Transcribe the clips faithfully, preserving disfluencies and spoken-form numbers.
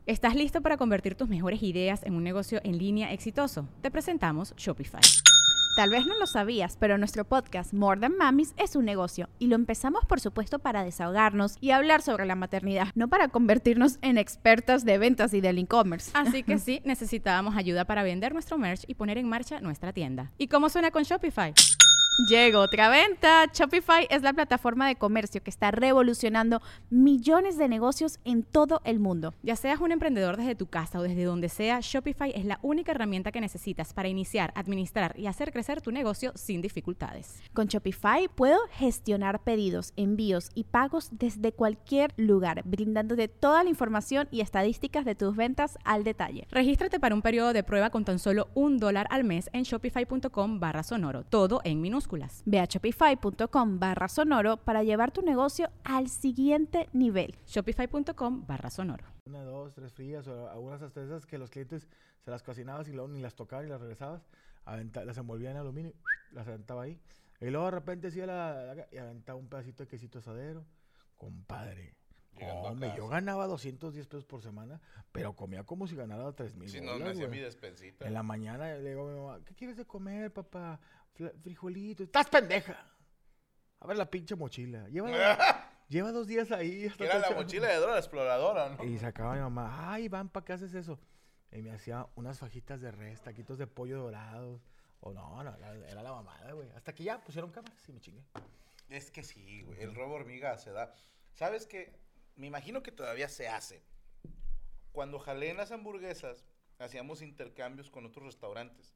¿Estás listo para convertir tus mejores ideas en un negocio en línea exitoso? Te presentamos Shopify. Tal vez no lo sabías, pero nuestro podcast More Than Mamis es un negocio y lo empezamos por supuesto para desahogarnos y hablar sobre la maternidad, no para convertirnos en expertas de ventas y del e-commerce. Así que sí, necesitábamos ayuda para vender nuestro merch y poner en marcha nuestra tienda. ¿Y cómo suena con Shopify? Llegó otra venta. Shopify es la plataforma de comercio que está revolucionando millones de negocios en todo el mundo. Ya seas un emprendedor desde tu casa o desde donde sea, Shopify es la única herramienta que necesitas para iniciar, administrar y hacer crecer tu negocio sin dificultades. Con Shopify puedo gestionar pedidos, envíos y pagos desde cualquier lugar, brindándote toda la información y estadísticas de tus ventas al detalle. Regístrate para un periodo de prueba con tan solo un dólar al mes en shopify.com barra sonoro, todo en minúsculas. Ve a shopify.com barra sonoro para llevar tu negocio al siguiente nivel. Shopify.com barra sonoro. Una, dos, tres frías o algunas hasta esas que los clientes se las cocinabas y luego ni las tocaban y las regresabas, aventa, las envolvían en aluminio y las aventaba ahí. Y luego de repente hacía la, la y aventaba un pedacito de quesito asadero. Compadre. Hombre, yo ganaba doscientos diez pesos por semana, pero comía como si ganara tres mil. Sí, no, me hacía mi despensita. En la mañana le digo a mi mamá, ¿qué quieres de comer, papá? Frijolitos. ¡Estás pendeja! A ver la pinche mochila. Lleva, dos, lleva dos días ahí. Era la mochila de Dora la Exploradora, ¿no? Y sacaba a mi mamá, ay, Iván, ¿para qué haces eso? Y me hacía unas fajitas de res, taquitos de pollo dorados. O no, no, era, era la mamada, güey. Hasta que ya pusieron cámaras y me chingué. Es que sí, güey, el robo hormiga se da. ¿Sabes qué? Me imagino que todavía se hace. Cuando jalé en las hamburguesas, hacíamos intercambios con otros restaurantes.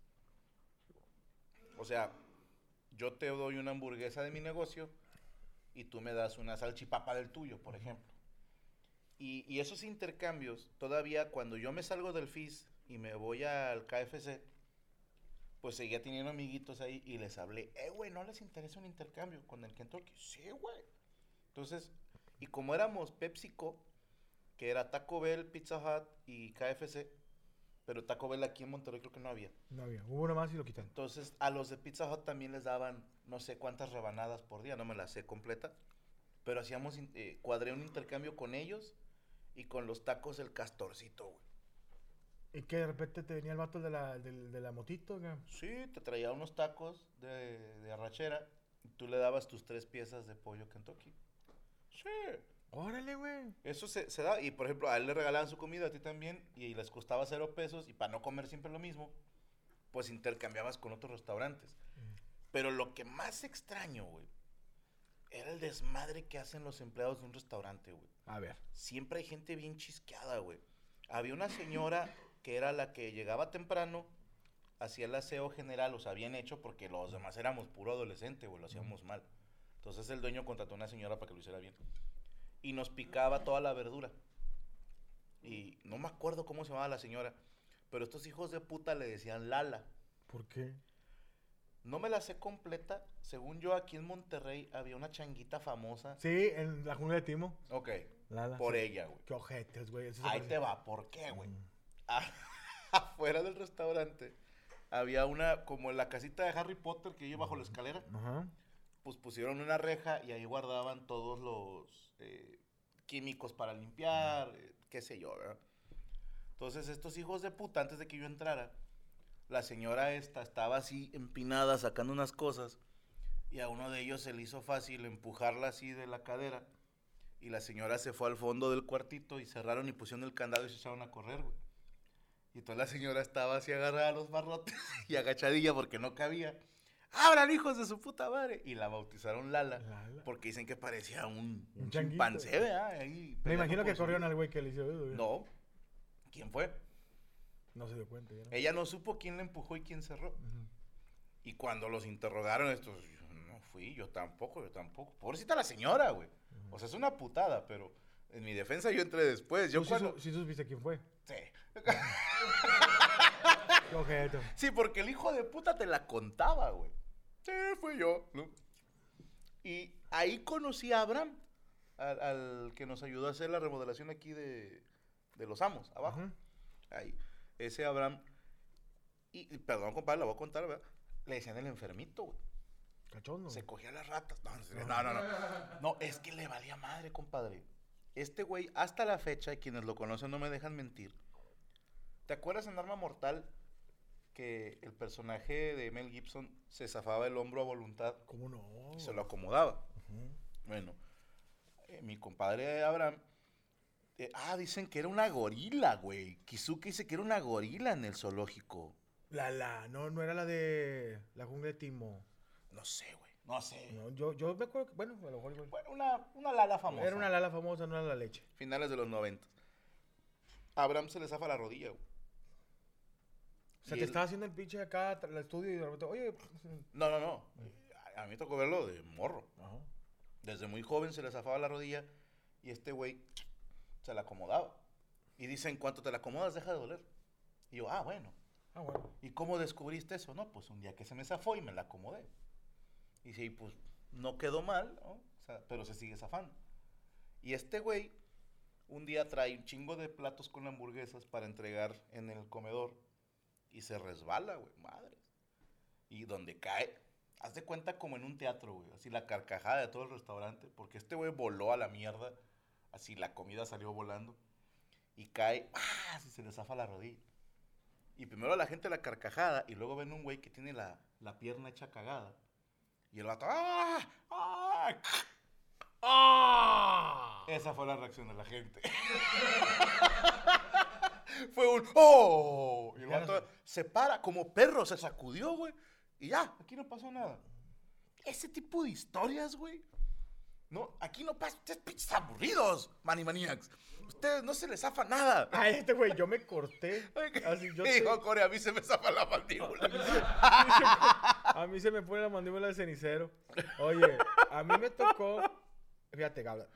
O sea, yo te doy una hamburguesa de mi negocio y tú me das una salchipapa del tuyo, por ejemplo. Y, y esos intercambios, todavía cuando yo me salgo del F I S y me voy al K F C, pues seguía teniendo amiguitos ahí y les hablé, eh, güey, ¿no les interesa un intercambio con el Kentucky? Sí, güey. Entonces, y como éramos PepsiCo, que era Taco Bell, Pizza Hut y K F C, pero Taco Bell aquí en Monterrey creo que no había. No había, hubo uno más y lo quitaron. Entonces, a los de Pizza Hut también les daban no sé cuántas rebanadas por día, no me las sé completa, pero hacíamos, eh, cuadré un intercambio con ellos y con los tacos el Castorcito, güey. ¿Y que de repente te venía el vato de la, de, de la motito? ¿Qué? Sí, te traía unos tacos de, de arrachera y tú le dabas tus tres piezas de pollo Kentucky. Sí. Órale, güey. Eso se, se da. Y, por ejemplo, a él le regalaban su comida, a ti también, y les costaba cero pesos, y para no comer siempre lo mismo, pues intercambiabas con otros restaurantes. Mm. Pero lo que más extraño, güey, era el desmadre que hacen los empleados de un restaurante, güey. A ver. Siempre hay gente bien chisqueada, güey. Había una señora que era la que llegaba temprano, hacía el aseo general, o sea, bien hecho, porque los demás éramos puro adolescente, güey, lo hacíamos mal. Entonces el dueño contrató a una señora para que lo hiciera bien. Y nos picaba toda la verdura. Y no me acuerdo cómo se llamaba la señora, pero estos hijos de puta le decían Lala. ¿Por qué? No me la sé completa. Según yo, aquí en Monterrey había una changuita famosa. Sí, en la jungla de Timo. Ok, Lala, por sí. ella, güey. Qué ojetes, güey. Ahí te va, ¿por qué, güey? Mm. Afuera del restaurante había una, como en la casita de Harry Potter que iba bajo la escalera. Ajá. Uh-huh. Pues pusieron una reja y ahí guardaban todos los eh, químicos para limpiar, eh, qué sé yo, ¿verdad? Entonces estos hijos de puta, antes de que yo entrara, la señora esta estaba así empinada sacando unas cosas y a uno de ellos se le hizo fácil empujarla así de la cadera y la señora se fue al fondo del cuartito y cerraron y pusieron el candado y se echaron a correr, güey. Y toda la señora estaba así agarrada a los barrotes y agachadilla porque no cabía. ¡Abran, hijos de su puta madre! Y la bautizaron Lala, Lala. Porque dicen que parecía un, un, un chimpancé, ¿verdad? Ahí, me imagino que corrieron al güey que le hizo eso. No. ¿Quién fue? No se dio cuenta. ¿Ya? Ella no supo quién le empujó y quién cerró. Uh-huh. Y cuando los interrogaron estos, yo no fui, yo tampoco, yo tampoco. Pobrecita la señora, güey. Uh-huh. O sea, es una putada, pero en mi defensa yo entré después. Yo ¿Tú cuando... sí, sí supiste quién fue? Sí. Ojeto. Sí, porque el hijo de puta te la contaba, güey. Sí, fui yo, ¿no? Y ahí conocí a Abraham, al, al que nos ayudó a hacer la remodelación aquí de, de Los Amos, abajo. Uh-huh. Ahí, ese Abraham. Y, y perdón, compadre, la voy a contar, ¿verdad? Le decían el enfermito, güey. Cachondo. Se cogía las ratas. No, no, no, no. No, es que le valía madre, compadre. este güey, hasta la fecha, y quienes lo conocen no me dejan mentir. ¿Te acuerdas en Arma Mortal que el personaje de Mel Gibson se zafaba el hombro a voluntad? ¿Cómo no? Y se lo acomodaba. Uh-huh. Bueno, eh, mi compadre Abraham, eh, ah, dicen que era una gorila, güey. Kizuki dice que era una gorila en el zoológico. La, la, no, no era la de la jungla de Timo. No sé, güey, no sé. No, yo, yo me acuerdo que, bueno, a lo mejor igual. Bueno, una, una lala famosa. Era una lala famosa, no era la leche. Finales de los noventa. A Abraham se le zafa la rodilla, güey. O sea, Y te él- estaba haciendo el pinche acá, tra- el estudio, y de repente, oye, pues, No, no, no. A, a mí me tocó verlo de morro. ajá. Desde muy joven se le zafaba la rodilla y este güey se la acomodaba. Y dice, en cuanto te la acomodas, deja de doler. Y yo, ah, bueno. Ah, bueno. ¿Y cómo descubriste eso? No, pues un día que se me zafó y me la acomodé. Y sí, pues no quedó mal, ¿no? O sea, pero se sigue zafando. Y este güey un día trae un chingo de platos con hamburguesas para entregar en el comedor y se resbala, güey, madre. Y donde cae, haz de cuenta como en un teatro, güey, así la carcajada de todo el restaurante, porque este güey voló a la mierda, así la comida salió volando y cae, ¡ah! Así se le zafa la rodilla. Y primero la gente la carcajada y luego ven un güey que tiene la, la pierna hecha cagada. Y el vato, ¡ah! ¡ah! ¡Ah! Esa fue la reacción de la gente. Fue un ¡oh! Y el Ya no vato se para como perro, se sacudió, güey. Y ya, aquí no pasó nada. Ese tipo de historias, güey. No, aquí no pasa. Ustedes pinches aburridos, Manimaniacs. Ustedes no se les zafa nada. Ay, este güey, yo me corté. Así, yo Y te- dijo, Core, a mí se me zafa la mandíbula. A mí se me pone la mandíbula de cenicero. Oye, a mí me tocó. Fíjate, Gabla.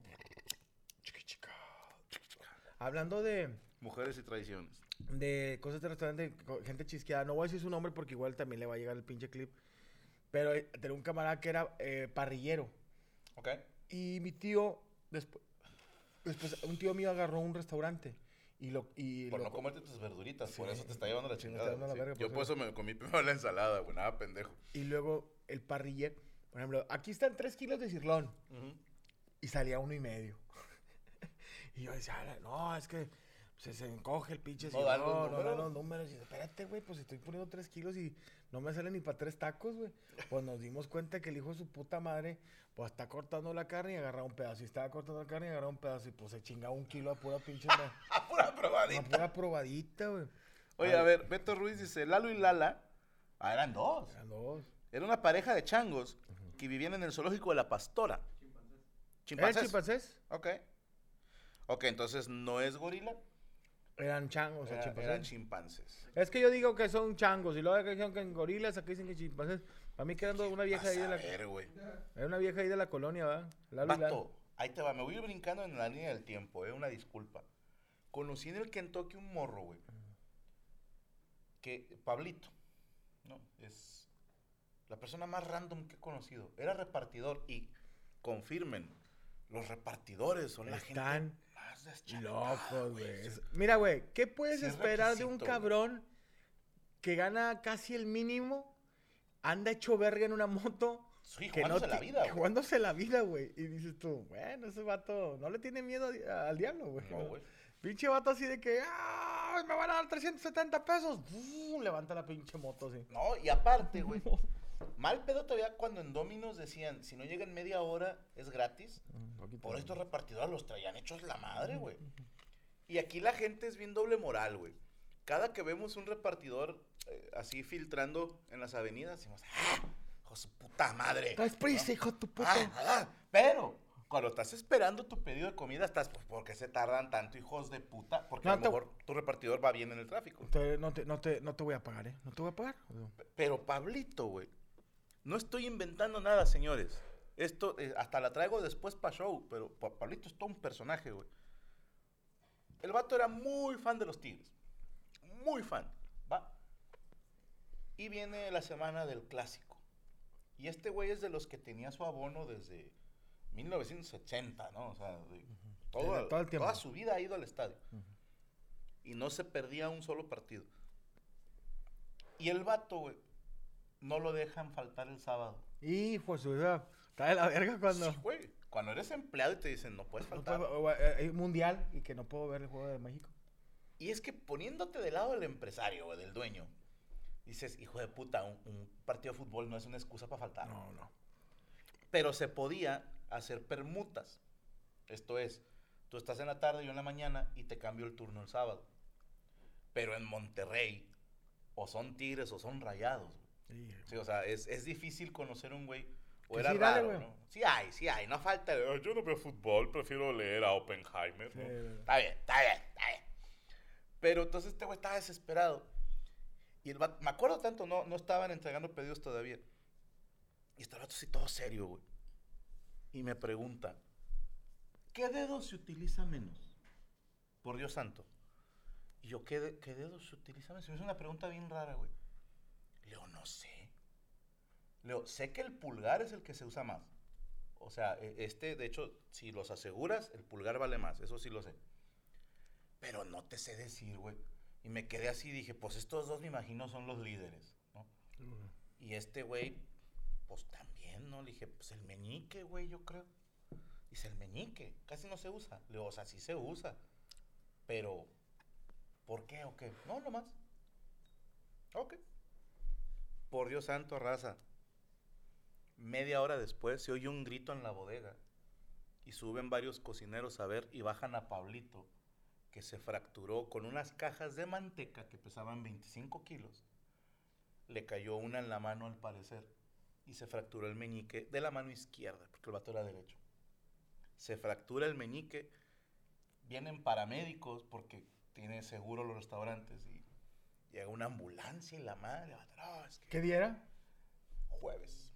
Hablando de, Mujeres y tradiciones. de cosas de restaurante, co- gente chisqueada. No voy a decir su nombre porque igual también le va a llegar el pinche clip. Pero eh, tenía un camarada que era eh, parrillero. ¿Ok? Y mi tío, después, después, un tío mío agarró un restaurante. Y lo. Y Por lo no comerte tus verduritas, Sí. por eso te está llevando la Sí, me chingada. está llevando la sí. verga, Yo por por eso. eso me comí primero la ensalada, güey, nada pendejo. Y luego el parrillero. Por ejemplo, aquí están tres kilos de cirlón. Y salía uno y medio. Y yo decía, "Ala, no, es que se, se encoge el pinche No dan los cirlón, no dan números". los números. Y yo, espérate, güey, pues estoy poniendo tres kilos y no me sale ni para tres tacos, güey. Pues nos dimos cuenta que el hijo de su puta madre, pues está cortando la carne y agarraba un pedazo. Y estaba cortando la carne y agarraba un pedazo. Y pues se chingaba un kilo a pura pinche. ma- ¡Ah, pura a probadita! pura probadita, güey. Oye, a ver, Beto Ruiz dice, Lalo y Lala, ah, eran dos. Eran dos. Era una pareja de changos que vivían en el zoológico de La Pastora. ¿Eran Chimpancés. chimpancés? Ok. Ok, entonces no es gorila, Eran changos, o sea, era- chimpancés. eran chimpancés. Es que yo digo que son changos y luego que dicen que en gorilas, aquí dicen que chimpancés. A mí quedando una vieja ahí de Vas la, a ver, güey. era una vieja ahí de la colonia, ¿verdad? Lalo y Lalo. Vato, ahí te va, me voy a ir brincando en la línea del tiempo, eh, una disculpa. Conocí en el Kentucky un morro, güey. Que, Pablito, ¿no? Es la persona más random que he conocido. Era repartidor y, confirmen, los repartidores son la Están gente más deschavetada, locos, güey. Sí, Mira, güey, ¿qué puedes Sí es esperar de un requisito, cabrón que gana casi el mínimo, anda hecho verga en una moto? Sí, que jugándose la ti- vida, güey. Jugándose la vida, güey. Y dices tú, bueno, ese vato no le tiene miedo a- al diablo, güey. No, güey. Pinche vato así de que, ¡ay, me van a dar trescientos setenta pesos! ¡Bum! Levanta la pinche moto así. No, y aparte, güey. Mal pedo todavía cuando en Domino's decían, si no llega en media hora, es gratis. Por estos repartidores los traían hechos la madre, güey. Y aquí la gente es bien doble moral, güey. Cada que vemos un repartidor eh, así filtrando en las avenidas, decimos, ¡ah! ¡Hijo de su puta madre! ¡Traes prisa, hijo de tu puta! Ah, ah, pero cuando estás esperando tu pedido de comida, estás, pues, ¿por qué se tardan tanto, hijos de puta? Porque No, a lo te- mejor tu repartidor va bien en el tráfico. Te- no, te, no, te, no te voy a pagar, ¿eh? No te voy a pagar. Pero Pablito, güey, no estoy inventando nada, señores. Esto eh, hasta la traigo después para show, pero Pa- Pablito es todo un personaje, güey. El vato era muy fan de los Tigres. Muy fan, ¿va? Y viene la semana del clásico. Y este güey es de los que tenía su abono desde mil novecientos ochenta, ¿no? O sea, de- todo, Desde todo el tiempo. toda su vida ha ido al estadio. Y no se perdía un solo partido. Y el vato, güey, no lo dejan faltar el sábado. Hijo de su vida. Está de la verga cuando. Sí, güey. Cuando eres empleado y te dicen, no puedes No faltar. puedo- o, eh, Hay un mundial y que no puedo ver el juego de México. Y es que poniéndote del lado del empresario, güey, del dueño, dices, hijo de puta, un, un partido de fútbol no es una excusa para faltar. No, no. Pero se podía hacer permutas. Esto es, tú estás en la tarde y yo en la mañana y te cambio el turno el sábado. Pero en Monterrey, o son Tigres o son Rayados. Sí. Sí, o sea, es, es difícil conocer un güey. O Que era sí, dale, raro, güey. ¿no? Sí hay, sí hay, no falta. "Ay, yo no veo fútbol, prefiero leer a Oppenheimer. Sí, ¿no? güey. Está bien, está bien, está bien. Pero entonces este güey estaba desesperado. Y el vato, me acuerdo tanto, no, no estaban entregando pedidos todavía. Y este vato así todo serio, güey. Y me pregunta, ¿qué dedo se utiliza menos? Por Dios santo. Y yo, ¿qué, de- qué dedo se utiliza menos? Se me hizo una pregunta bien rara, güey. Le digo, no sé. Le digo, sé que el pulgar es el que se usa más. O sea, e- este, de hecho, si los aseguras, el pulgar vale más. Eso sí lo sé. Pero no te sé decir, güey. Y me quedé así y dije, pues estos dos me imagino son los líderes, ¿no? Y este güey, pues también, ¿no? Le dije, pues el meñique, güey, yo creo. Dice, el meñique, casi no se usa. Le digo, o sea, sí se usa. Pero, ¿por qué o qué? No, nomás. Ok. Por Dios santo, raza. Media hora después se oye un grito en la bodega. Y suben varios cocineros a ver y bajan a Pablito, que se fracturó con unas cajas de manteca que pesaban veinticinco kilos. Le cayó una en la mano al parecer y se fracturó el meñique de la mano izquierda, porque el vato era derecho. Se fractura el meñique, vienen paramédicos porque tiene seguro los restaurantes y llega una ambulancia y la madre, no, es que ¿Qué día era? jueves.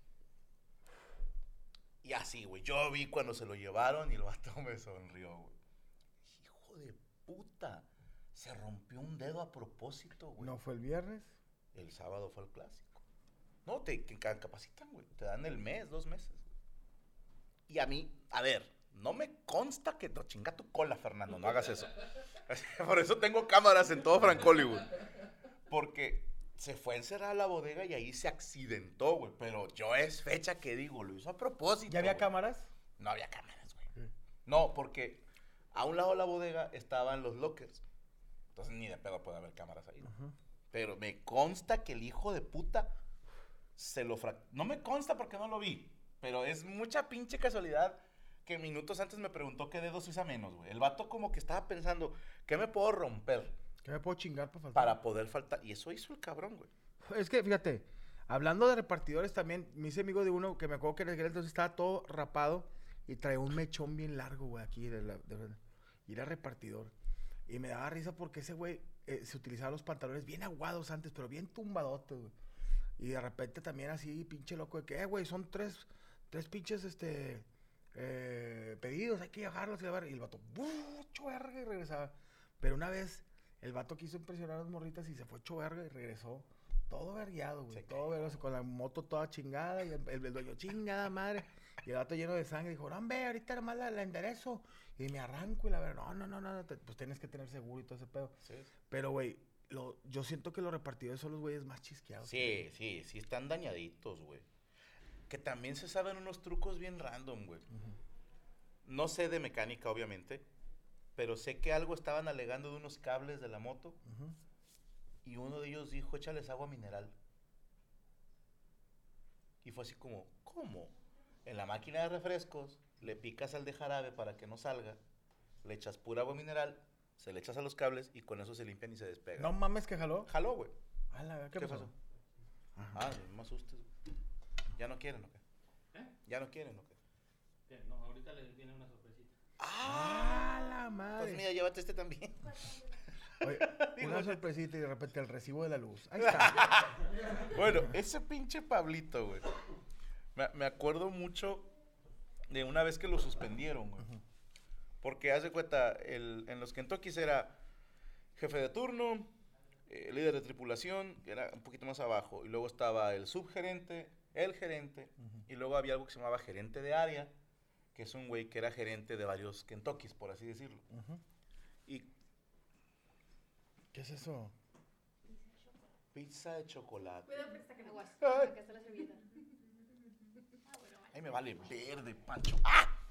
Y así, güey, yo vi cuando se lo llevaron y el vato me sonrió, güey. Hijo de puta, se rompió un dedo a propósito, güey. ¿No fue el viernes? El sábado fue el clásico. No, te, te capacitan, güey. Te dan el mes, dos meses. Y a mí, a ver, no me consta que te chinga tu cola, Fernando. No hagas eso. Por eso tengo cámaras en todo Frank Hollywood. Porque se fue a encerrar a la bodega y ahí se accidentó, güey. Pero yo es fecha que digo, lo hizo a propósito. ¿Ya había güey. cámaras? No había cámaras, güey. Sí. No, porque a un lado de la bodega estaban los lockers. Entonces ni de pedo puede haber cámaras ahí. ¿No? Uh-huh. Pero me consta que el hijo de puta se lo frac... No me consta porque no lo vi. Pero es mucha pinche casualidad que minutos antes me preguntó qué dedos usa menos, güey. El vato como que estaba pensando, ¿qué me puedo romper? ¿Qué me puedo chingar para faltar? Para poder faltar. Y eso hizo el cabrón, güey. Es que, fíjate, hablando de repartidores también, me hice amigo de uno que me acuerdo que en aquel entonces estaba todo rapado y traía un mechón bien largo, güey, aquí. De la, de, y era repartidor. Y me daba risa porque ese güey eh, se utilizaba los pantalones bien aguados antes, pero bien tumbadotes, güey. Y de repente también así, pinche loco, de que, eh, güey, son tres, tres pinches, este, eh, pedidos, hay que dejarlos y a ver. Y el vato, mucho verga, y regresaba. Pero una vez, el vato quiso impresionar a las morritas y se fue hecho verga y regresó todo vergueado, güey. Todo vergueado, con la moto toda chingada y el, el, el dueño, chingada madre. Y el vato lleno de sangre dijo, no, hombre, ahorita nomás la, la enderezo. Y me arranco y la verdad, no, no, no, no, te, pues tienes que tener seguro y todo ese pedo. Sí. Pero, güey, lo, yo siento que los repartidores son los güeyes más chisqueados. Sí, que... sí, sí están dañaditos, güey. Que también se saben unos trucos bien random, güey. Uh-huh. No sé de mecánica, obviamente, pero sé que algo estaban alegando de unos cables de la moto. Uh-huh. Y uno de ellos dijo, échales agua mineral. Y fue así como, ¿cómo? En la máquina de refrescos, le picas al de jarabe para que no salga, le echas pura agua mineral, se le echas a los cables y con eso se limpian y se despegan. No mames que jaló. Jaló, güey. ¿Qué, ¿Qué pasó? pasó? Ah, no me asustes, güey. ¿Ya no quieren o qué? ¿Eh? ¿Ya no quieren o qué? ¿Qué? No, ahorita les viene una sorpresita. ¡Ah, la madre! Pues mira, llévate este también. Oye, una sorpresita y de repente el recibo de la luz. Ahí está. Bueno, ese pinche Pablito, güey. Me, me acuerdo mucho de una vez que lo suspendieron, güey. Uh-huh. Porque, haz de cuenta, el, en los Kentuckys era jefe de turno, eh, líder de tripulación, que era un poquito más abajo. Y luego estaba el subgerente, el gerente. Uh-huh. Y luego había algo que se llamaba gerente de área, que es un güey que era gerente de varios Kentuckys, por así decirlo. Uh-huh. Y... ¿Qué es eso? Pizza de chocolate. Cuidado, pero está que no. Acá está la servilleta. Ah, bueno, vale. Ahí me vale verde, Pancho. ¡Ah!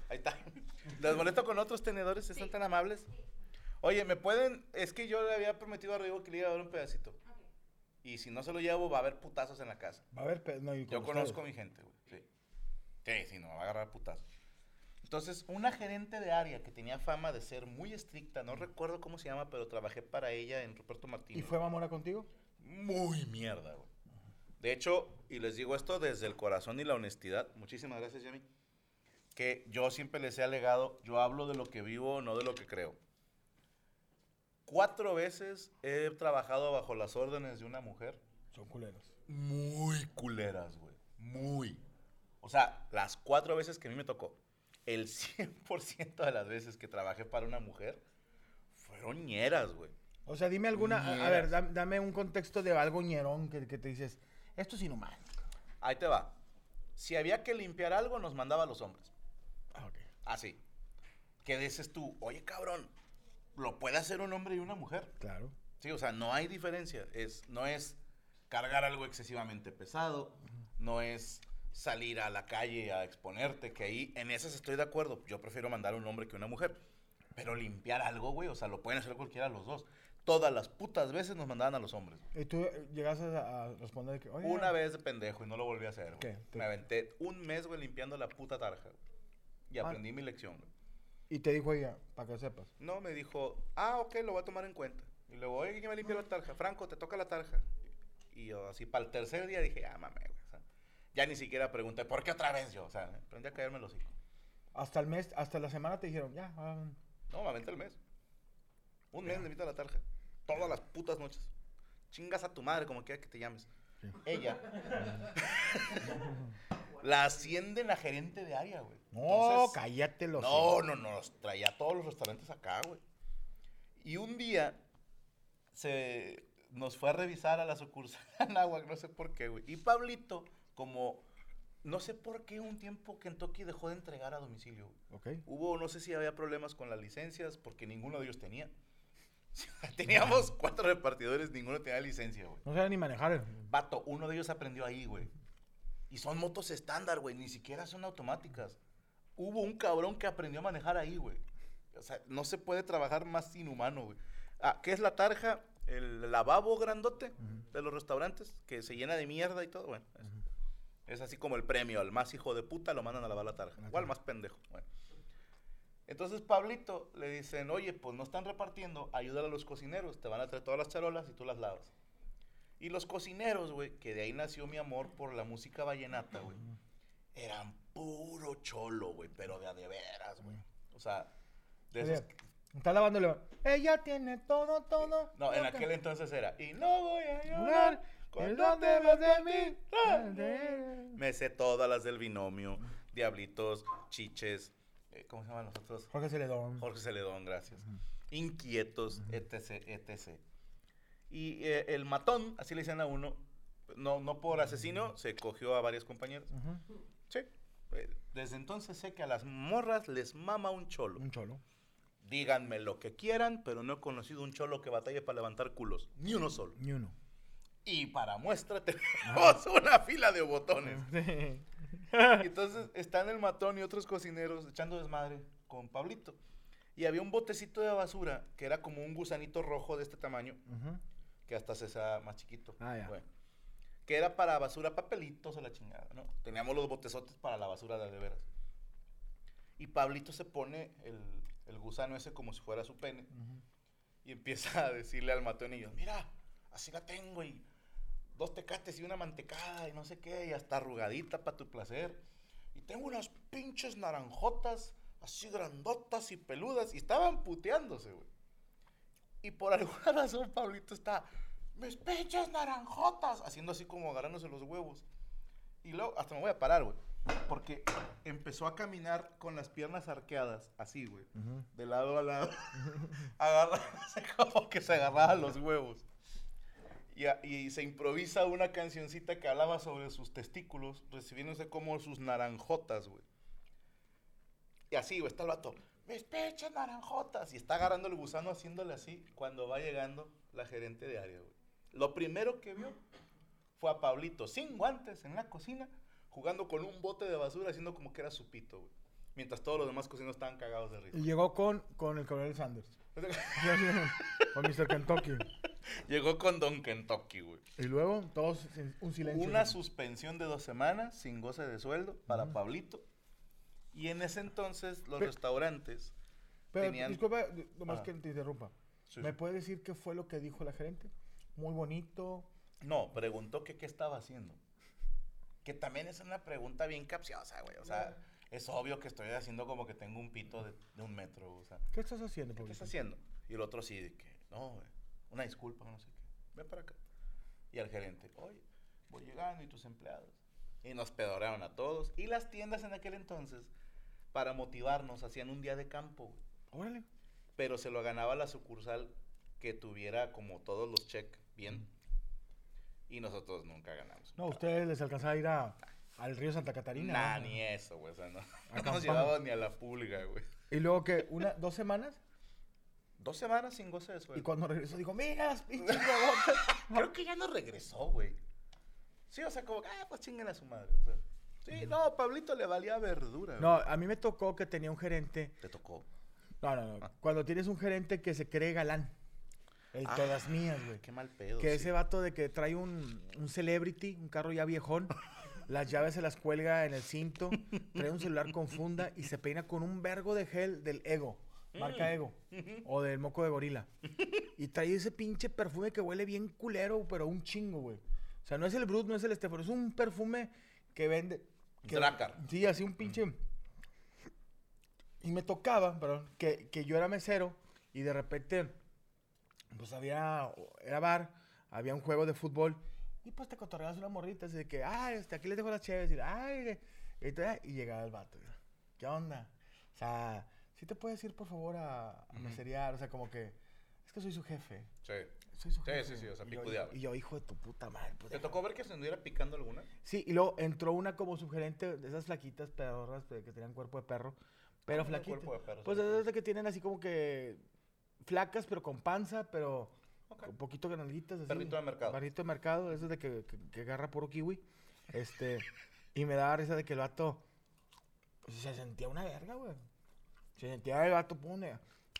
Ahí está. ¿Les molesto con otros tenedores? ¿Están sí. tan amables? Oye, ¿me pueden...? Es que yo le había prometido a Rigo que le iba a dar un pedacito. Okay. Y si no se lo llevo, va a haber putazos en la casa. Va a haber... Pe- no, yo conozco a mi gente, güey. Sí. Sí, sí, no, va a agarrar putazos. Entonces, una gerente de área que tenía fama de ser muy estricta, no recuerdo cómo se llama, pero trabajé para ella en Ruperto Martínez. ¿Y fue mamona contigo? Muy mierda, güey. De hecho, y les digo esto desde el corazón y la honestidad, muchísimas gracias, Yami, que yo siempre les he alegado, yo hablo de lo que vivo, no de lo que creo. Cuatro veces he trabajado bajo las órdenes de una mujer. Son culeros. Muy culeras, güey. Muy. O sea, las cuatro veces que a mí me tocó, el cien por ciento de las veces que trabajé para una mujer, fueron ñeras, güey. O sea, dime alguna, a, a ver, dame, dame un contexto de algo ñerón que, que te dices, esto es inhumano. Ahí te va. Si había que limpiar algo, nos mandaba a los hombres. Ah, ok. Así. ¿Qué dices tú? Oye, cabrón, ¿lo puede hacer un hombre y una mujer? Claro. Sí, o sea, no hay diferencia. Es, no es cargar algo excesivamente pesado, uh-huh. no es salir a la calle a exponerte, que ahí, en esas estoy de acuerdo. Yo prefiero mandar a un hombre que a una mujer. Pero limpiar algo, güey, o sea, lo pueden hacer cualquiera de los dos. Todas las putas veces nos mandaban a los hombres. ¿Y tú llegaste a, a responder que, oye? Una vez de pendejo y no lo volví a hacer, ¿Qué? Me aventé un mes, güey, limpiando la puta tarja. Y aprendí ah. mi lección, güey. ¿Y te dijo ella, para que sepas? No, me dijo, ah, ok, lo voy a tomar en cuenta. Y luego, oye, ¿quién me limpió la tarja? Franco, te toca la tarja. Y yo, así, para el tercer día dije, ah, mame, güey. O sea, ya ni siquiera pregunté, ¿por qué otra vez yo? O sea, aprendí a caerme los hijos. Hasta el mes, hasta la semana te dijeron, ya. Um... No, me aventé el mes. Un mes le invito a la tarja. Todas las putas noches. Chingas a tu madre, como quiera que te llames. Sí. Ella. La ascienden a gerente de área, güey. No, Entonces, cállate los. No, no, no. Los traía a todos los restaurantes acá, güey. Y un día se nos fue a revisar a la sucursal de Anáhuac, no sé por qué, güey. Y Pablito, como... No sé por qué un tiempo Kentucky dejó de entregar a domicilio, güey. Okay. Hubo, no sé si había problemas con las licencias, porque ninguno de ellos tenía. Teníamos cuatro repartidores, ninguno tenía licencia, güey. No sabía ni manejar. Vato, uno de ellos aprendió ahí, güey. Y son motos estándar, güey, ni siquiera son automáticas. Hubo un cabrón que aprendió a manejar ahí, güey. O sea, no se puede trabajar más inhumano, güey. Ah, ¿qué es la tarja? El lavabo grandote uh-huh. de los restaurantes, que se llena de mierda y todo, bueno. Uh-huh. Es, es así como el premio, al más hijo de puta lo mandan a lavar la tarja. Okay. Igual más pendejo, bueno. Entonces Pablito le dicen, oye, pues no están repartiendo, ayúdale a los cocineros, te van a traer todas las charolas y tú las lavas. Y los cocineros, güey, que de ahí nació mi amor por la música vallenata, güey, eran puro cholo, güey, pero de a de veras, güey. O sea, de esos... Está lavándole. Ella tiene todo, todo. No, en aquel entonces era, y no voy a llorar cuando te vas de mí. Me sé todas las del binomio, Diablitos, Chiches... ¿Cómo se llaman los otros? Jorge Celedón. Jorge Celedón, gracias. Uh-huh. Inquietos, uh-huh. etc, etcétera. Y eh, el matón, así le decían a uno, no, no por asesino, se cogió a varias compañeras. Uh-huh. Sí. Desde entonces sé que a las morras les mama un cholo. Un cholo. Díganme lo que quieran, pero no he conocido un cholo que batalle para levantar culos. Ni uno solo. Ni uno. Y para muestra tenemos uh-huh. una fila de botones. Entonces están el matón y otros cocineros echando desmadre con Pablito. Y había un botecito de basura que era como un gusanito rojo de este tamaño, uh-huh. que hasta se hacía más chiquito. Ah, ya. Bueno, que era para basura, papelitos o la chingada, ¿no? Teníamos los botezotes para la basura de, de veras. Y Pablito se pone el, el gusano ese como si fuera su pene. Uh-huh. Y empieza a decirle al matón y yo, mira, así la tengo y... dos tecates y una mantecada y no sé qué, y hasta arrugadita para tu placer. Y tengo unas pinches naranjotas así grandotas y peludas, y estaban puteándose, güey. Y por alguna razón Pablito está, mis pinches naranjotas, haciendo así como agarrándose los huevos. Y luego, hasta me voy a parar, güey, porque empezó a caminar con las piernas arqueadas, así, güey, uh-huh. de lado a lado, agarrándose como que se agarraba los huevos. Y, a, y se improvisa una cancioncita que hablaba sobre sus testículos, recibiéndose como sus naranjotas, güey. Y así, güey, está el vato, mis pinches naranjotas. Y está agarrando el gusano haciéndole así cuando va llegando la gerente de área, güey. Lo primero que vio fue a Pablito sin guantes en la cocina, jugando con un bote de basura, haciendo como que era su pito, güey. mientras todos los demás cocineros estaban cagados de risa. Y llegó con, con el coronel Sanders. Con mister Kentucky. Llegó con Don Kentucky, güey. Y luego, todos en un silencio. Una suspensión de dos semanas sin goce de sueldo para uh-huh. Pablito. Y en ese entonces los pero, restaurantes pero, tenían... Disculpa, nomás ah. que te interrumpa. Sí, ¿Me sí. puedes decir qué fue lo que dijo la gerente? Muy bonito. No, preguntó que qué estaba haciendo. Que también es una pregunta bien capciosa, güey. O sea, no. Es obvio que estoy haciendo como que tengo un pito de, de un metro. O sea, ¿qué estás haciendo? ¿Qué estás haciendo? Y el otro sí, de que, no, güey, una disculpa, no sé qué. Ven para acá. Y al gerente, oye, voy llegando y tus empleados. Y nos pedorearon a todos. Y las tiendas en aquel entonces, para motivarnos, hacían un día de campo, güey. Órale. Pero se lo ganaba la sucursal que tuviera como todos los check bien. Y nosotros nunca ganamos. No, ustedes les alcanzaba a ir a, al río Santa Catarina. Nah, ¿no? Ni eso, güey. O sea, no, no nos llevaban ni a la pulga, güey. ¿Y luego qué? ¿Una, dos semanas? Dos semanas sin goce de sueldo. Y cuando regresó dijo, mira las pinches rebotas. Creo que ya no regresó, güey. Sí, o sea, como, ah, pues chinguen a su madre. O sea, sí, no, Pablito le valía verdura. No, güey. A mí me tocó que tenía un gerente. ¿Te tocó? No, no, no. Ah. Cuando tienes un gerente que se cree galán. El ah, todas mías, güey. Qué mal pedo. Que sí. ese vato de que trae un, un celebrity, un carro ya viejón, las llaves se las cuelga en el cinto, trae un celular con funda y se peina con un vergo de gel del Ego, marca Ego, o del moco de gorila. Y trae ese pinche perfume que huele bien culero, pero un chingo, güey. O sea, no es el Brut, no es el Estefano, es un perfume que vende... Que, Dracar. Sí, así un pinche... Y me tocaba, perdón, que, que yo era mesero y de repente... Pues había, era bar, había un juego de fútbol y pues te cotorreabas una morrita así de que, ay, este, aquí les dejo las cheves y, ay, y, y llegaba el vato, ¿qué onda? O sea, ¿sí te puedes ir por favor a, a uh-huh. meserear? O sea, como que, es que soy su jefe. Sí. Soy su jefe. Sí, sí, sí, o sea, y picudeaba. Yo, y yo, hijo de tu puta madre. Pues, ¿te deja. tocó ver que se anduviera picando alguna? Sí, y luego entró una como subgerente de esas flaquitas pedorras que tenían cuerpo de perro, pero flaquitas. Cuerpo de perro, pues esas de que tienen así como que... flacas, pero con panza, pero okay. un poquito de nalguitas. Perrito de mercado. Perrito de mercado, eso de que, que, que agarra puro kiwi. Este, y me daba risa de que el vato, pues se sentía una verga, güey. Se sentía el vato, pone.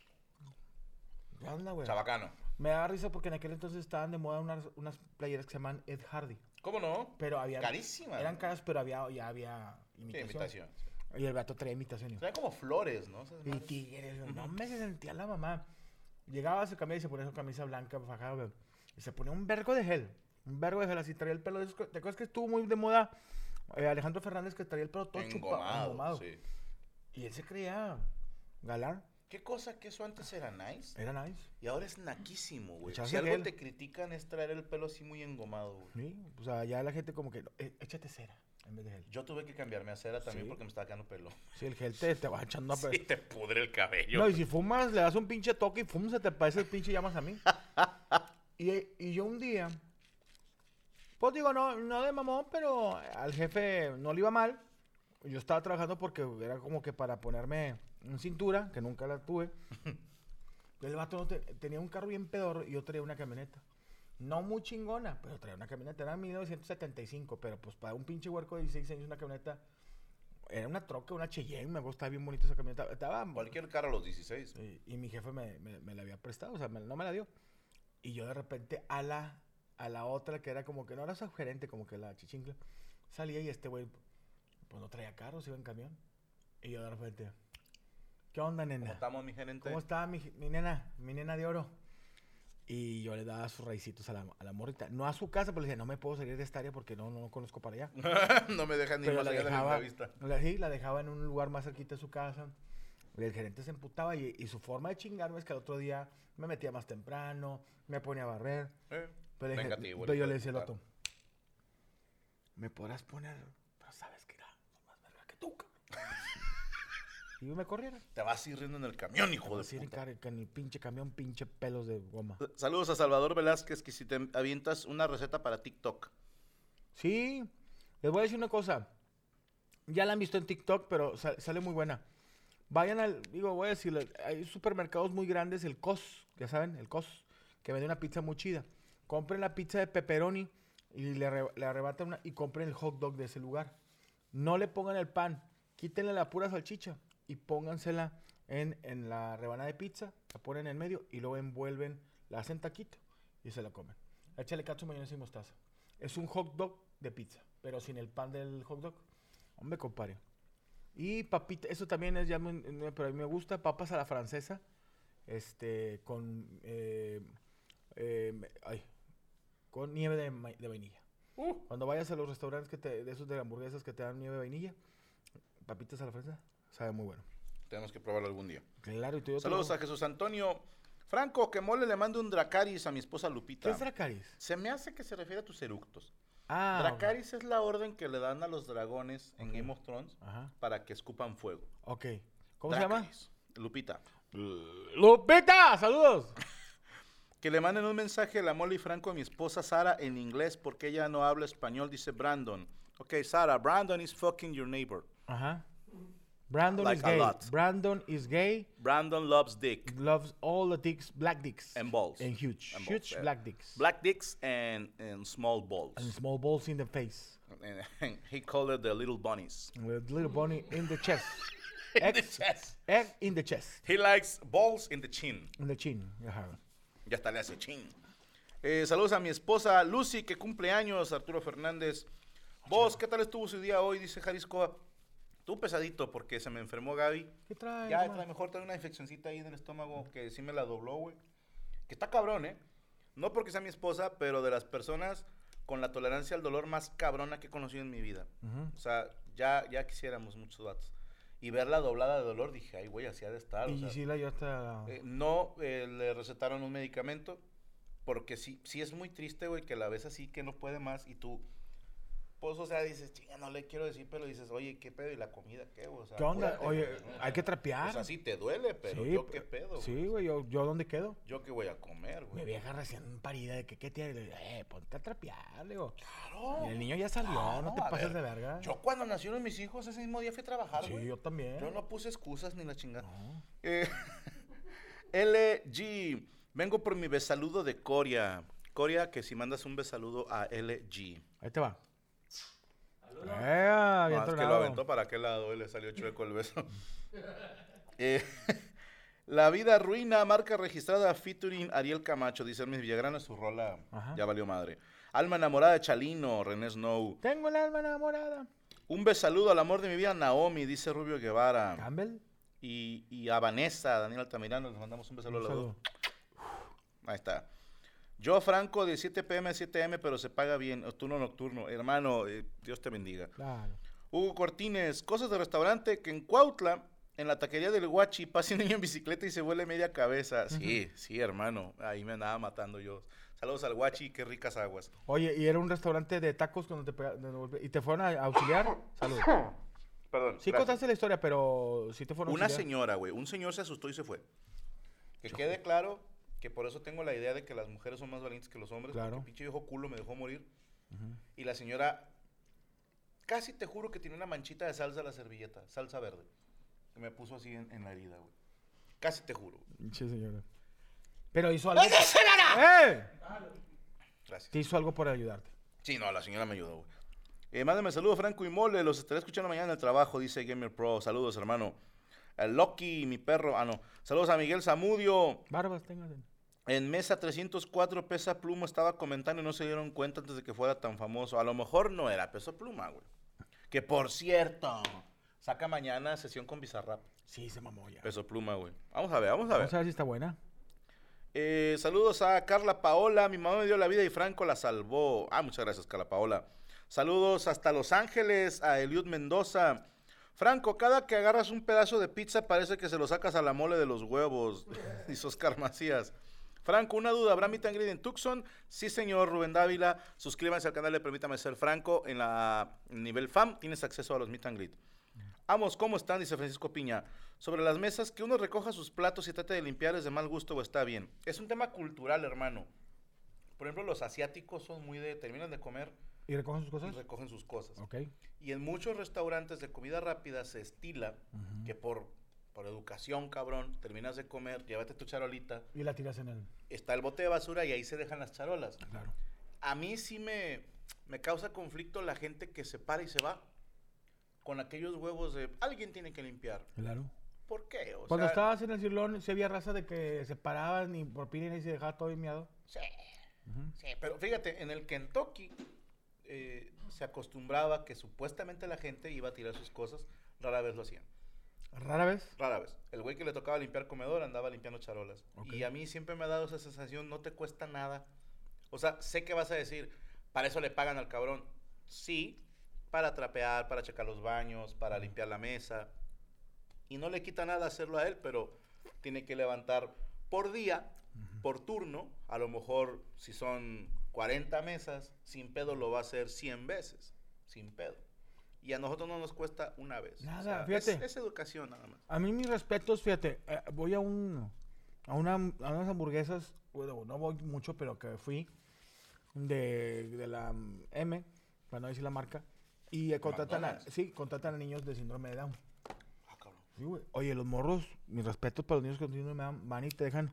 ¿Qué onda, güey? Chabacano. Me daba risa porque en aquel entonces estaban de moda unas, unas playeras que se llaman Ed Hardy. ¿Cómo no? Pero había... Carísimas. Eran caras, pero había, ya había imitación. Sí, imitación. Y el vato traía imitación. Eran como flores, ¿no? Y tigres, uh-huh. no me sentía la mamá. Llegaba a su camisa y se ponía su camisa blanca, fajada, güey. Y se ponía un vergo de gel. Un vergo de gel, así traía el pelo. De esos, ¿te acuerdas que estuvo muy de moda eh, Alejandro Fernández, que traía el pelo todo chupado, engomado? Sí. Y él se creía galán. ¿Qué cosa que eso antes era nice? Era nice. Y ahora es naquísimo, güey. Echarse Si algo gel. te critican es traer el pelo así muy engomado, güey. Sí, o sea, ya la gente como que, eh, échate cera en vez de gel. Yo tuve que cambiarme a cera también sí. porque me estaba quedando pelo. Sí, el gel te, te va echando a pelo. Sí, te pudre el cabello. No, y si fumas, le das un pinche toque y fum, se te parece el pinche llamas a mí. y, y yo un día, pues digo, no, no de mamón, pero al jefe no le iba mal. Yo estaba trabajando porque era como que para ponerme en cintura, que nunca la tuve. El vato no te, tenía un carro bien pedorro y yo traía una camioneta. No muy chingona, pero traía una camioneta. Era mil novecientos setenta y cinco, pero pues para un pinche huerco de dieciséis años una camioneta... Era una troca, una Cheyenne, me gustaba bien bonita esa camioneta. Estaba... Cualquier carro a los dieciséis. Y, y mi jefe me, me, me la había prestado, o sea, me, no me la dio. Y yo de repente a la, a la otra, que era como que no era su gerente, como que la chichincla, salía y este güey, pues no traía carro, se iba en camión. Y yo de repente... ¿Qué onda, nena? ¿Cómo estamos, mi gerente? ¿Cómo está mi, mi nena? Mi nena de oro. Y yo le daba sus raicitos a la, a la morrita. No a su casa, pero le decía, no me puedo salir de esta área porque no, no, no conozco para allá. No me dejan ni pero más la allá dejaba, de la vista. La, sí, la dejaba en un lugar más cerquita de su casa. Y el gerente se emputaba y, y su forma de chingarme es que al otro día me metía más temprano, me ponía a barrer. Eh, pero, venga, dije, tío, pero yo le decía al otro, me podrás poner, pero sabes que era más verga que tú, cabrón. Y me corrieron. Te vas a ir riendo en el camión, hijo de sí, puta. En, en el pinche camión, pinche pelos de goma. Saludos a Salvador Velázquez, que si te avientas una receta para TikTok. Sí, les voy a decir una cosa. Ya la han visto en TikTok, pero sal, sale muy buena. Vayan al, digo, voy a decirles, hay supermercados muy grandes, el Cos, ya saben, el Cos, que vende una pizza muy chida. Compren la pizza de pepperoni y le, le arrebatan una, y compren el hot dog de ese lugar. No le pongan el pan. quítenle la pura salchicha y póngansela en, en la rebanada de pizza, la ponen en medio y luego envuelven, la hacen taquito y se la comen. Échale ketchup, mayonesa y mostaza. Es un hot dog de pizza, pero sin el pan del hot dog. Hombre, compadre. Y papita, eso también es ya, muy, pero a mí me gusta, papas a la francesa, este, con, eh, eh, ay, con nieve de, de vainilla. Uh. Cuando vayas a los restaurantes que te, de esos de hamburguesas que te dan nieve de vainilla, papitas a la francesa, sabe muy bueno. Tenemos que probarlo algún día. Claro. Y tú y Saludos a Jesús Antonio. Franco, que mole le mando un Dracarys a mi esposa Lupita. ¿Qué es Dracarys? Se me hace que se refiere a tus eructos. Ah, Dracarys okay. Es la orden que le dan a los dragones en okay. Game of Thrones Ajá. para que escupan fuego. Ok. ¿Cómo Dracarys. se llama? Lupita. ¡Lupita! ¡Saludos! Que le manden un mensaje a la Mole y Franco a mi esposa Sara en inglés porque ella no habla español, dice Brandon. Ok, Sara, Brandon is fucking your neighbor. Ajá. Brandon like is gay. Brandon is gay. Brandon loves dick. Loves all the dicks, black dicks. And balls. And huge. And huge balls, black yeah. dicks. Black dicks and, and small balls. And small balls in the face. And, and he called it the little bunnies. With little bunny in the chest. in egg, the chest. Egg in the chest. He likes balls in the chin. In the chin. Ajá. Ya está, le hace chin. Eh, saludos a mi esposa Lucy, que cumple años, Arturo Fernández. Vos, ¿qué tal estuvo su día hoy? Dice Jalisco. Tú pesadito porque se me enfermó Gaby. ¿Qué trae? Ya trae mejor, trae una infeccioncita ahí en el estómago que sí me la dobló, güey. Que está cabrón, ¿eh? No porque sea mi esposa, pero de las personas con la tolerancia al dolor más cabrona que he conocido en mi vida. Uh-huh. O sea, ya, ya quisiéramos muchos vatos. Y verla doblada de dolor, dije, ay, güey, así ha de estar. Y o sea, sí la llevaste a... eh, no, eh, le recetaron un medicamento porque sí, sí es muy triste, güey, que la ves así, que no puede más y tú... Pues, o sea, dices, chinga, no le quiero decir, pero dices, oye, ¿qué pedo? ¿Y la comida qué? O sea, ¿qué onda? apúrate, Oye, güey, ¿no? hay que trapear. O sea, sí te duele, pero sí, yo qué pedo. Sí, güey, yo, yo ¿dónde quedo? Yo qué voy a comer, güey. Mi vieja recién parida, de que qué tiene, le digo, eh, ponte a trapear, le digo. Claro. Y el niño ya salió, Claro, no te a pases ver, de verga. Yo cuando nacieron mis hijos, ese mismo día fui a trabajar, Sí, güey. yo también. Yo no puse excusas ni la chingada. No. Eh, L G, vengo por mi besaludo de Coria. Coria, que si mandas un besaludo a L G. Ahí te va. Eh, no, es que lo aventó para aquel lado y le salió chueco el beso. eh, La vida ruina, marca registrada featuring Ariel Camacho, dice Hermes Villagrán en su rola. Ajá. Ya valió madre. Alma enamorada de Chalino, René Snow. Tengo el alma enamorada. Un besaludo al amor de mi vida, Naomi, dice Rubio Guevara. Campbell. Y, y a Vanessa, Daniel Altamirano, les mandamos un besaludo a los dos. Ahí está. Yo, Franco, de siete pe eme a siete eme, pero se paga bien. Turno nocturno. Hermano, eh, Dios te bendiga. Claro. Hugo Cortines, cosas de restaurante que en Cuautla, en la taquería del Guachi, pasa un niño en bicicleta y se vuelve media cabeza. Sí, uh-huh. sí, hermano. Ahí me andaba matando yo. Saludos al Guachi, qué ricas aguas. Oye, ¿y era un restaurante de tacos cuando te pega, de, y te fueron a auxiliar? Saludos. Perdón. Sí gracias. Contaste la historia, pero sí te fueron a Una auxiliar. señora, güey. Un señor se asustó y se fue. Que quede claro que por eso tengo la idea de que las mujeres son más valientes que los hombres. Claro. Porque el pinche viejo culo me dejó morir. Uh-huh. Y la señora, casi te juro que tiene una manchita de salsa en la servilleta, salsa verde. Que me puso así en, en la herida, güey. Casi te juro. Pinche señora. Pero hizo algo. ¡Oye, señora! ¡Eh! Gracias. Te hizo algo por ayudarte. Sí, no, la señora me ayudó, güey. Eh, mándame saludos, Franco y Mole. Los estaré escuchando mañana en el trabajo, dice Gamer Pro. Saludos, hermano. El Loki, mi perro. Ah, no. Saludos a Miguel Zamudio. Barbas, tengas. En Mesa trescientos cuatro, Pesa Pluma estaba comentando y no se dieron cuenta antes de que fuera tan famoso. A lo mejor no era Peso Pluma, güey. Que por cierto, saca mañana sesión con Bizarrap. Sí, se mamó ya. Peso Pluma, güey. Vamos a ver, vamos a ver. Vamos a ver si está buena. Eh, saludos a Carla Paola. Mi mamá me dio la vida y Franco la salvó. Ah, muchas gracias, Carla Paola. Saludos hasta Los Ángeles a Eliud Mendoza. Franco, cada que agarras un pedazo de pizza parece que se lo sacas a la mole de los huevos. Dice Oscar Macías. Franco, una duda, ¿habrá meet and greet en Tucson? Sí, señor Rubén Dávila. Suscríbanse al canal de Permítame Ser Franco. En la en nivel F A M tienes acceso a los meet and greet. Amos, ¿cómo están? Dice Francisco Piña. Sobre las mesas, que uno recoja sus platos y trate de limpiarles de mal gusto o está bien. Es un tema cultural, hermano. Por ejemplo, los asiáticos son muy de... Terminan de comer... ¿Y recogen sus cosas? Y recogen sus cosas. Ok. Y en muchos restaurantes de comida rápida se estila uh-huh. que por... Por educación, cabrón, terminas de comer, llévate tu charolita. Y la tiras en el... Está el bote de basura y ahí se dejan las charolas. Claro. A mí sí me, me causa conflicto la gente que se para y se va con aquellos huevos de alguien tiene que limpiar. Claro. ¿Por qué? O Cuando sea, estabas en el Cirlón, ¿sí había raza de que se paraban y por piden y se dejaba todo miado? Sí, uh-huh. sí, pero fíjate, en el Kentucky eh, se acostumbraba que supuestamente la gente iba a tirar sus cosas, rara vez lo hacían. ¿Rara vez? Rara vez. El güey que le tocaba limpiar comedor andaba limpiando charolas. Okay. Y a mí siempre me ha dado esa sensación, no te cuesta nada. O sea, sé que vas a decir, para eso le pagan al cabrón. Sí, para trapear, para checar los baños, para limpiar la mesa. Y no le quita nada hacerlo a él, pero tiene que levantar por día, uh-huh. por turno. A lo mejor, si son cuarenta mesas, sin pedo lo va a hacer cien veces. Sin pedo. Y a nosotros no nos cuesta una vez. Nada, o sea, fíjate. Es, es educación nada más. A mí mis respetos, fíjate. Eh, voy a un a, una, a unas hamburguesas, bueno, no voy mucho, pero que fui, de, de la M, para no decir la marca, y eh, contratan, a, sí, contratan a niños de síndrome de Down. Sí, oye, los morros, mis respetos para los niños con síndrome de Down, van y te dejan.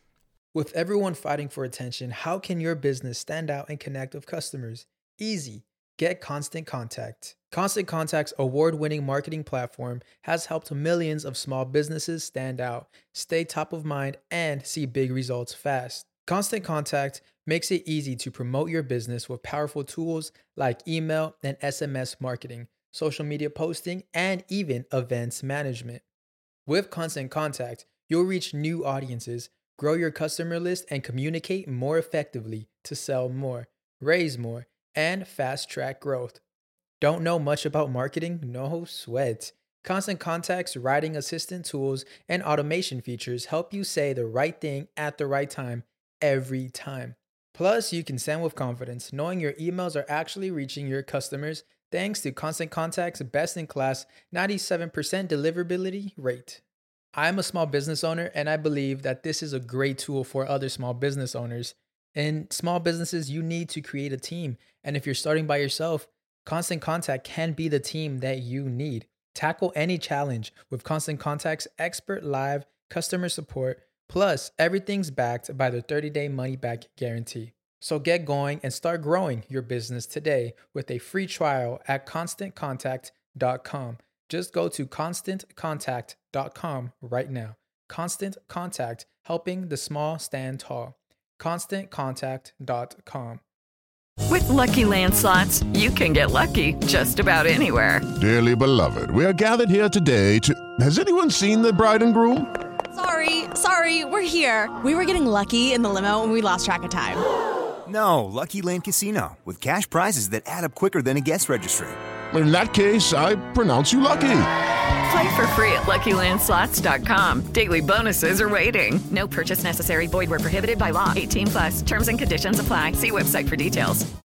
With everyone fighting for attention, how can your business stand out and connect with customers? Easy. Get Constant Contact. Constant Contact's award-winning marketing platform has helped millions of small businesses stand out, stay top of mind, and see big results fast. Constant Contact makes it easy to promote your business with powerful tools like email and S M S marketing, social media posting, and even events management. With Constant Contact, you'll reach new audiences, grow your customer list, and communicate more effectively to sell more, raise more, and fast-track growth. Don't know much about marketing? No sweat. Constant Contact's writing assistant tools and automation features help you say the right thing at the right time every time. Plus, you can send with confidence, knowing your emails are actually reaching your customers thanks to Constant Contact's best-in-class ninety-seven percent deliverability rate. I'm a small business owner, and I believe that this is a great tool for other small business owners. In small businesses, you need to create a team. And if you're starting by yourself, Constant Contact can be the team that you need. Tackle any challenge with Constant Contact's expert live customer support. Plus, everything's backed by the thirty-day money-back guarantee. So get going and start growing your business today with a free trial at constant contact dot com. Just go to constant contact dot com right now. Constant Contact, helping the small stand tall. constant contact dot com. With Lucky Land Slots, you can get lucky just about anywhere. Dearly beloved, we are gathered here today to... Has anyone seen the bride and groom? Sorry, sorry, we're here. We were getting lucky in the limo and we lost track of time. No, Lucky Land Casino, with cash prizes that add up quicker than a guest registry. In that case, I pronounce you lucky. Play for free at lucky land slots dot com. Daily bonuses are waiting. No purchase necessary. Void where prohibited by law. eighteen plus. Terms and conditions apply. See website for details.